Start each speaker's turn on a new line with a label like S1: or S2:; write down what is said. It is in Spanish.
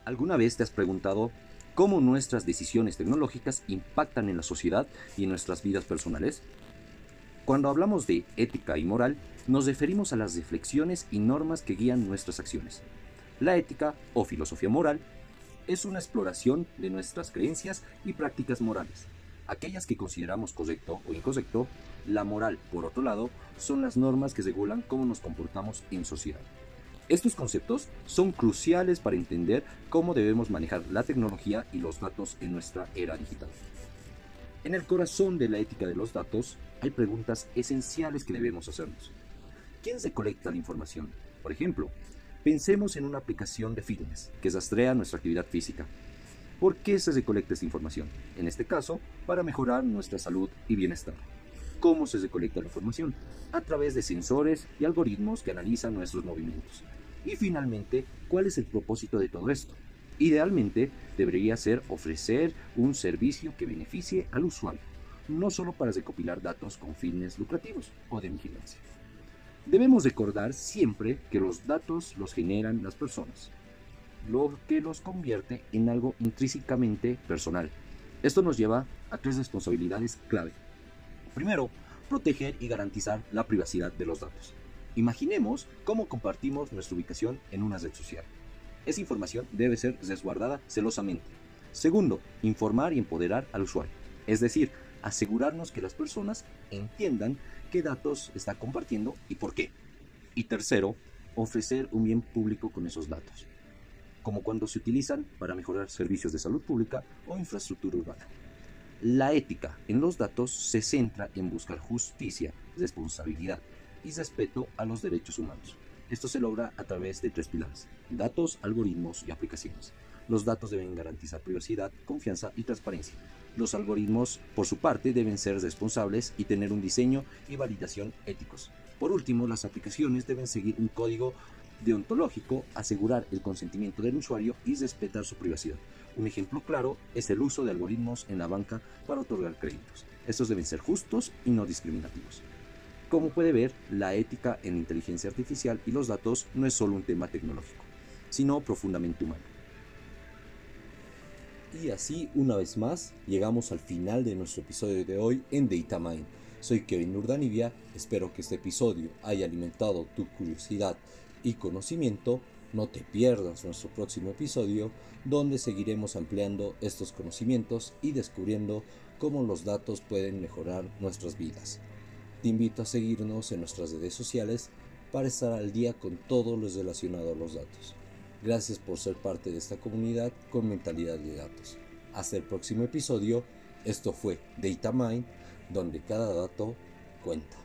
S1: ¿Alguna vez te has preguntado cómo nuestras decisiones tecnológicas impactan en la sociedad y en nuestras vidas personales? Cuando hablamos de ética y moral, nos referimos a las reflexiones y normas que guían nuestras acciones. La ética o filosofía moral es una exploración de nuestras creencias y prácticas morales. Aquellas que consideramos correcto o incorrecto. La moral, por otro lado, son las normas que regulan cómo nos comportamos en sociedad. Estos conceptos son cruciales para entender cómo debemos manejar la tecnología y los datos en nuestra era digital. En el corazón de la ética de los datos hay preguntas esenciales que debemos hacernos. ¿Quién recolecta la información? Por ejemplo, pensemos en una aplicación de fitness que rastrea nuestra actividad física. ¿Por qué se recolecta esta información? En este caso, para mejorar nuestra salud y bienestar. ¿Cómo se recolecta la información? A través de sensores y algoritmos que analizan nuestros movimientos. Y finalmente, ¿cuál es el propósito de todo esto? Idealmente, debería ser ofrecer un servicio que beneficie al usuario, no solo para recopilar datos con fines lucrativos o de vigilancia. Debemos recordar siempre que los datos los generan las personas, lo que los convierte en algo intrínsecamente personal. Esto nos lleva a tres responsabilidades clave. Primero, proteger y garantizar la privacidad de los datos. Imaginemos cómo compartimos nuestra ubicación en una red social. Esa información debe ser resguardada celosamente. Segundo, informar y empoderar al usuario. Es decir, asegurarnos que las personas entiendan qué datos está compartiendo y por qué. Y tercero, ofrecer un bien público con esos datos, como cuando se utilizan para mejorar servicios de salud pública o infraestructura urbana. La ética en los datos se centra en buscar justicia, responsabilidad y respeto a los derechos humanos. Esto se logra a través de tres pilares: datos, algoritmos y aplicaciones. Los datos deben garantizar privacidad, confianza y transparencia. Los algoritmos, por su parte, deben ser responsables y tener un diseño y validación éticos. Por último, las aplicaciones deben seguir un código deontológico, asegurar el consentimiento del usuario y respetar su privacidad. Un ejemplo claro es el uso de algoritmos en la banca para otorgar créditos. Estos deben ser justos y no discriminativos. Como puede ver, la ética en inteligencia artificial y los datos no es solo un tema tecnológico, sino profundamente humano. Y así, una vez más, llegamos al final de nuestro episodio de hoy en DataMind. Soy Kevin Urdanibia, espero que este episodio haya alimentado tu curiosidad y conocimiento. No te pierdas nuestro próximo episodio, donde seguiremos ampliando estos conocimientos y descubriendo cómo los datos pueden mejorar nuestras vidas. Te invito a seguirnos en nuestras redes sociales para estar al día con todo lo relacionado a los datos. Gracias por ser parte de esta comunidad con mentalidad de datos. Hasta el próximo episodio. Esto fue DataMind, donde cada dato cuenta.